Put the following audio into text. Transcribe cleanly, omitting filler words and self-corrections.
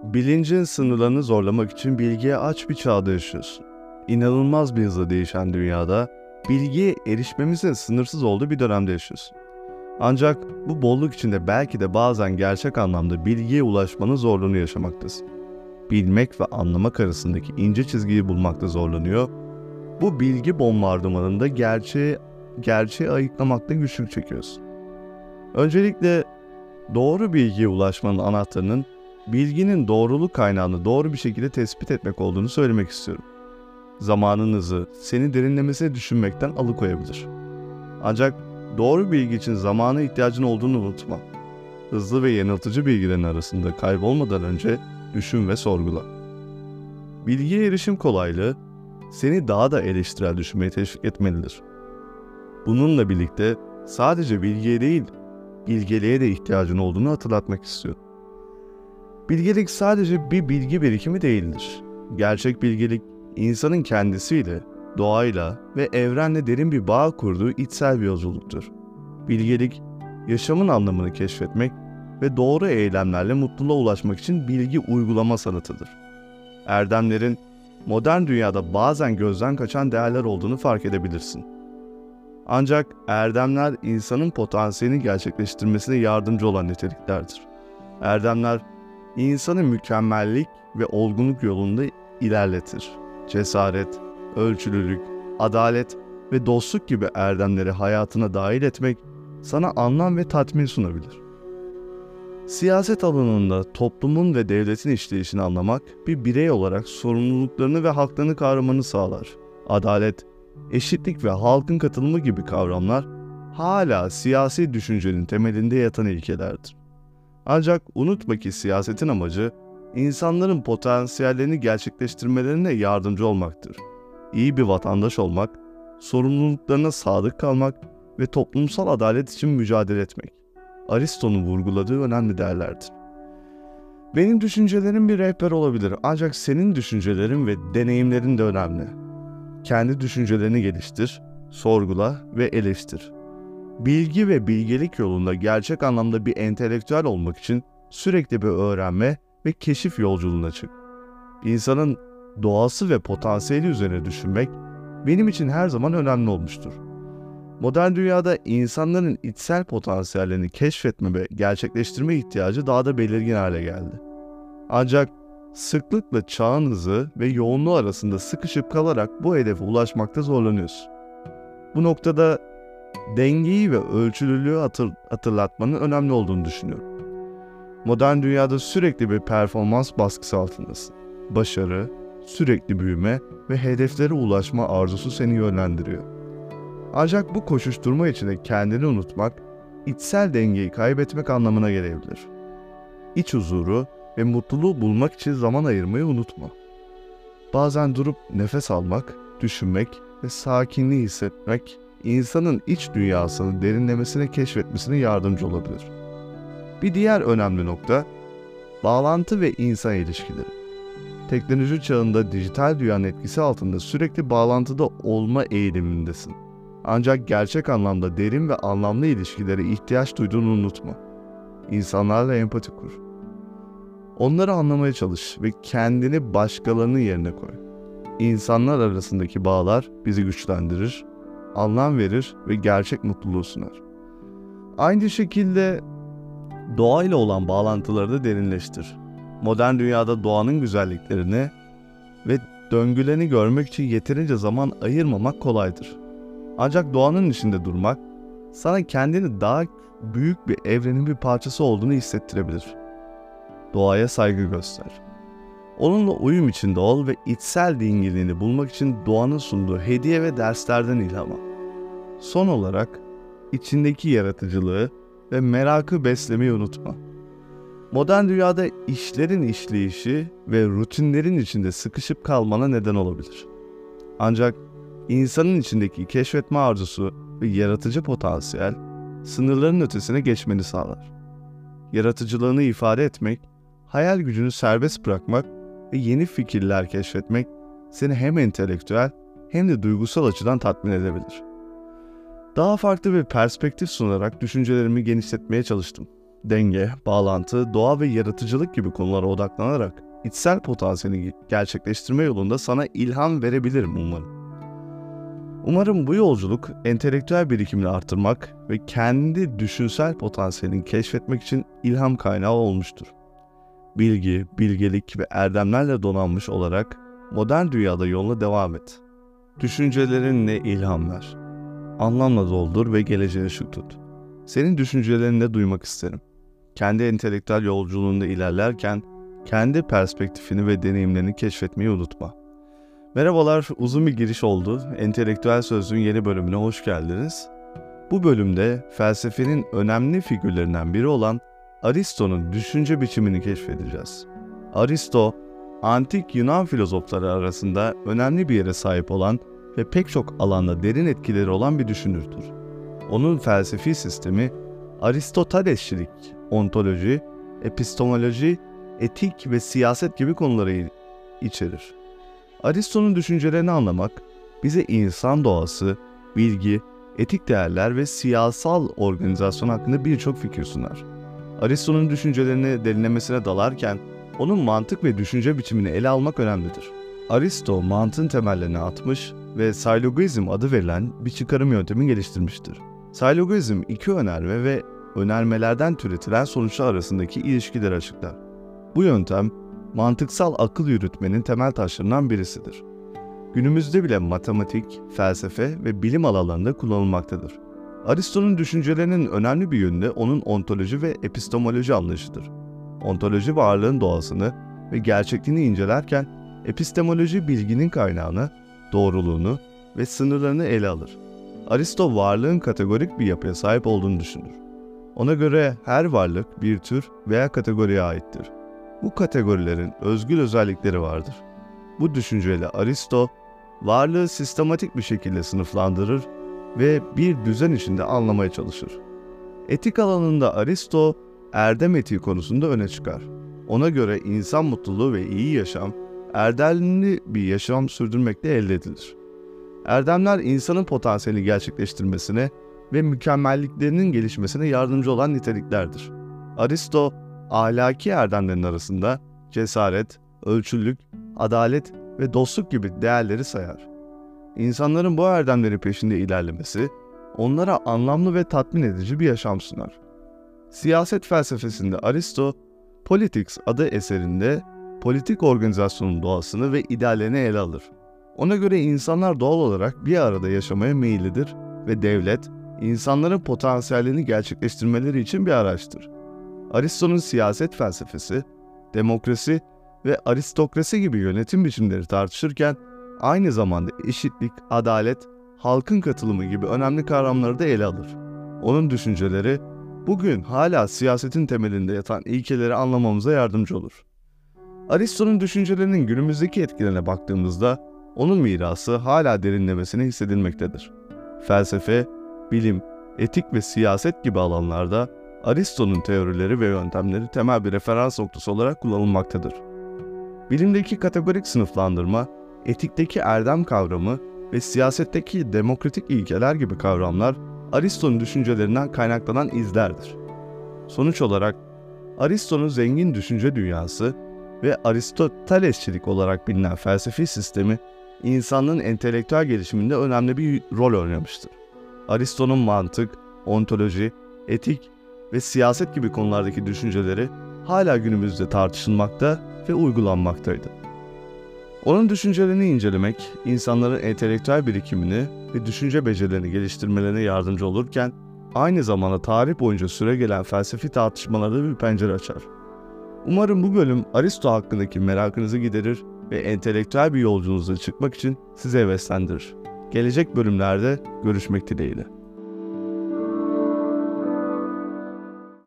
Bilincin sınırlarını zorlamak için bilgiye aç bir çağda yaşıyorsun. İnanılmaz bir hızla değişen dünyada bilgiye erişmemizin sınırsız olduğu bir dönemde yaşıyorsun. Ancak bu bolluk içinde belki de bazen gerçek anlamda bilgiye ulaşmanın zorluğunu yaşamaktasın. Bilmek ve anlamak arasındaki ince çizgiyi bulmakta zorlanıyor. Bu bilgi bombardımanında gerçeği ayıklamakta güçlük çekiyorsun. Öncelikle doğru bilgiye ulaşmanın anahtarının bilginin doğruluk kaynağını doğru bir şekilde tespit etmek olduğunu söylemek istiyorum. Zamanın hızı seni derinlemesine düşünmekten alıkoyabilir. Ancak doğru bilgi için zamana ihtiyacın olduğunu unutma. Hızlı ve yanıltıcı bilgilerin arasında kaybolmadan önce düşün ve sorgula. Bilgiye erişim kolaylığı seni daha da eleştirel düşünmeye teşvik etmelidir. Bununla birlikte sadece bilgiye değil, bilgeliğe de ihtiyacın olduğunu hatırlatmak istiyorum. Bilgelik sadece bir bilgi birikimi değildir. Gerçek bilgelik, insanın kendisiyle, doğayla ve evrenle derin bir bağ kurduğu içsel bir yolculuktur. Bilgelik, yaşamın anlamını keşfetmek ve doğru eylemlerle mutluluğa ulaşmak için bilgi uygulama sanatıdır. Erdemlerin, modern dünyada bazen gözden kaçan değerler olduğunu fark edebilirsin. Ancak erdemler insanın potansiyelini gerçekleştirmesine yardımcı olan niteliklerdir. Erdemler, insanı mükemmellik ve olgunluk yolunda ilerletir. Cesaret, ölçülülük, adalet ve dostluk gibi erdemleri hayatına dahil etmek sana anlam ve tatmin sunabilir. Siyaset alanında toplumun ve devletin işleyişini anlamak bir birey olarak sorumluluklarını ve haklarını kavramanı sağlar. Adalet, eşitlik ve halkın katılımı gibi kavramlar hala siyasi düşüncenin temelinde yatan ilkelerdir. Ancak unutma ki siyasetin amacı insanların potansiyellerini gerçekleştirmelerine yardımcı olmaktır. İyi bir vatandaş olmak, sorumluluklarına sadık kalmak ve toplumsal adalet için mücadele etmek, Aristo'nun vurguladığı önemli değerlerdir. Benim düşüncelerim bir rehber olabilir, ancak senin düşüncelerin ve deneyimlerin de önemli. Kendi düşüncelerini geliştir, sorgula ve eleştir. Bilgi ve bilgelik yolunda gerçek anlamda bir entelektüel olmak için sürekli bir öğrenme ve keşif yolculuğuna çık. İnsanın doğası ve potansiyeli üzerine düşünmek benim için her zaman önemli olmuştur. Modern dünyada insanların içsel potansiyellerini keşfetme ve gerçekleştirme ihtiyacı daha da belirgin hale geldi. Ancak sıklıkla çağın hızı ve yoğunluğu arasında sıkışıp kalarak bu hedefe ulaşmakta zorlanıyorsun. Bu noktada dengeyi ve ölçülülüğü hatırlatmanın önemli olduğunu düşünüyorum. Modern dünyada sürekli bir performans baskısı altındasın. Başarı, sürekli büyüme ve hedeflere ulaşma arzusu seni yönlendiriyor. Ancak bu koşuşturma içinde kendini unutmak, içsel dengeyi kaybetmek anlamına gelebilir. İç huzuru ve mutluluğu bulmak için zaman ayırmayı unutma. Bazen durup nefes almak, düşünmek ve sakinliği hissetmek, insanın iç dünyasını derinlemesine keşfetmesine yardımcı olabilir. Bir diğer önemli nokta, bağlantı ve insan ilişkileri. Teknoloji çağında dijital dünyanın etkisi altında sürekli bağlantıda olma eğilimindesin. Ancak gerçek anlamda derin ve anlamlı ilişkilere ihtiyaç duyduğunu unutma. İnsanlarla empati kur. Onları anlamaya çalış ve kendini başkalarının yerine koy. İnsanlar arasındaki bağlar bizi güçlendirir, anlam verir ve gerçek mutluluğu sunar. Aynı şekilde doğayla olan bağlantıları da derinleştir. Modern dünyada doğanın güzelliklerini ve döngülerini görmek için yeterince zaman ayırmamak kolaydır. Ancak doğanın içinde durmak, sana kendini daha büyük bir evrenin bir parçası olduğunu hissettirebilir. Doğaya saygı göster. Onunla uyum içinde ol ve içsel dingiliğini bulmak için doğanın sunduğu hediye ve derslerden ilham al. Son olarak, içindeki yaratıcılığı ve merakı beslemeyi unutma. Modern dünyada işlerin işleyişi ve rutinlerin içinde sıkışıp kalmana neden olabilir. Ancak insanın içindeki keşfetme arzusu ve yaratıcı potansiyel, sınırların ötesine geçmeni sağlar. Yaratıcılığını ifade etmek, hayal gücünü serbest bırakmak ve yeni fikirler keşfetmek seni hem entelektüel hem de duygusal açıdan tatmin edebilir. Daha farklı bir perspektif sunarak düşüncelerimi genişletmeye çalıştım. denge, bağlantı, doğa ve yaratıcılık gibi konulara odaklanarak içsel potansiyelini gerçekleştirme yolunda sana ilham verebilirim umarım. Umarım bu yolculuk entelektüel birikimini artırmak ve kendi düşünsel potansiyelini keşfetmek için ilham kaynağı olmuştur. Bilgi, bilgelik ve erdemlerle donanmış olarak modern dünyada yoluna devam et. Düşüncelerinle ilham ver. Anlamla doldur ve geleceğe ışık tut. Senin düşüncelerini de duymak isterim. Kendi entelektüel yolculuğunda ilerlerken kendi perspektifini ve deneyimlerini keşfetmeyi unutma. Merhabalar, uzun bir giriş oldu. Entelektüel Sözlüğün yeni bölümüne hoş geldiniz. Bu bölümde felsefenin önemli figürlerinden biri olan Aristo'nun düşünce biçimini keşfedeceğiz. Aristo, antik Yunan filozofları arasında önemli bir yere sahip olan ve pek çok alanda derin etkileri olan bir düşünürdür. Onun felsefi sistemi Aristotelesçilik, ontoloji, epistemoloji, etik ve siyaset gibi konuları içerir. Aristo'nun düşüncelerini anlamak, bize insan doğası, bilgi, etik değerler ve siyasal organizasyon hakkında birçok fikir sunar. Aristo'nun düşüncelerini derinlemesine dalarken, onun mantık ve düşünce biçimini ele almak önemlidir. Aristo, mantığın temellerini atmış ve sylogizm adı verilen bir çıkarım yöntemi geliştirmiştir. Sylogizm, iki önerme ve önermelerden türetilen sonuçlar arasındaki ilişkileri açıklar. Bu yöntem, mantıksal akıl yürütmenin temel taşlarından birisidir. Günümüzde bile matematik, felsefe ve bilim alanlarında kullanılmaktadır. Aristo'nun düşüncelerinin önemli bir yönü de onun ontoloji ve epistemoloji anlayışıdır. Ontoloji varlığın doğasını ve gerçekliğini incelerken, epistemoloji bilginin kaynağını, doğruluğunu ve sınırlarını ele alır. Aristo varlığın kategorik bir yapıya sahip olduğunu düşünür. Ona göre her varlık bir tür veya kategoriye aittir. Bu kategorilerin özgül özellikleri vardır. Bu düşünceyle Aristo, varlığı sistematik bir şekilde sınıflandırır ve bir düzen içinde anlamaya çalışır. Etik alanında Aristo, erdem etiği konusunda öne çıkar. Ona göre insan mutluluğu ve iyi yaşam, erdemli bir yaşam sürdürmekle elde edilir. Erdemler insanın potansiyelini gerçekleştirmesine ve mükemmelliklerinin gelişmesine yardımcı olan niteliklerdir. Aristo, ahlaki erdemlerin arasında cesaret, ölçülülük, adalet ve dostluk gibi değerleri sayar. İnsanların bu erdemlerin peşinde ilerlemesi, onlara anlamlı ve tatmin edici bir yaşam sunar. Siyaset felsefesinde Aristo, Politics adı eserinde politik organizasyonun doğasını ve ideallerini ele alır. Ona göre insanlar doğal olarak bir arada yaşamaya meyillidir ve devlet, insanların potansiyellerini gerçekleştirmeleri için bir araçtır. Aristo'nun siyaset felsefesi, demokrasi ve aristokrasi gibi yönetim biçimleri tartışırken, aynı zamanda eşitlik, adalet, halkın katılımı gibi önemli kavramları da ele alır. Onun düşünceleri, bugün hala siyasetin temelinde yatan ilkeleri anlamamıza yardımcı olur. Aristo'nun düşüncelerinin günümüzdeki etkilerine baktığımızda, onun mirası hala derinlemesine hissedilmektedir. Felsefe, bilim, etik ve siyaset gibi alanlarda Aristo'nun teorileri ve yöntemleri temel bir referans noktası olarak kullanılmaktadır. Bilimdeki kategorik sınıflandırma, etikteki erdem kavramı ve siyasetteki demokratik ilkeler gibi kavramlar Aristo'nun düşüncelerinden kaynaklanan izlerdir. Sonuç olarak Aristo'nun zengin düşünce dünyası ve Aristotelesçilik olarak bilinen felsefi sistemi insanlığın entelektüel gelişiminde önemli bir rol oynamıştır. Aristo'nun mantık, ontoloji, etik ve siyaset gibi konulardaki düşünceleri hala günümüzde tartışılmakta ve uygulanmaktaydı. Onun düşüncelerini incelemek, insanların entelektüel birikimini ve düşünce becerilerini geliştirmelerine yardımcı olurken, aynı zamanda tarih boyunca süregelen felsefi tartışmalarda bir pencere açar. Umarım bu bölüm Aristo hakkındaki merakınızı giderir ve entelektüel bir yolculuğunuza çıkmak için sizi heveslendirir. Gelecek bölümlerde görüşmek dileğiyle.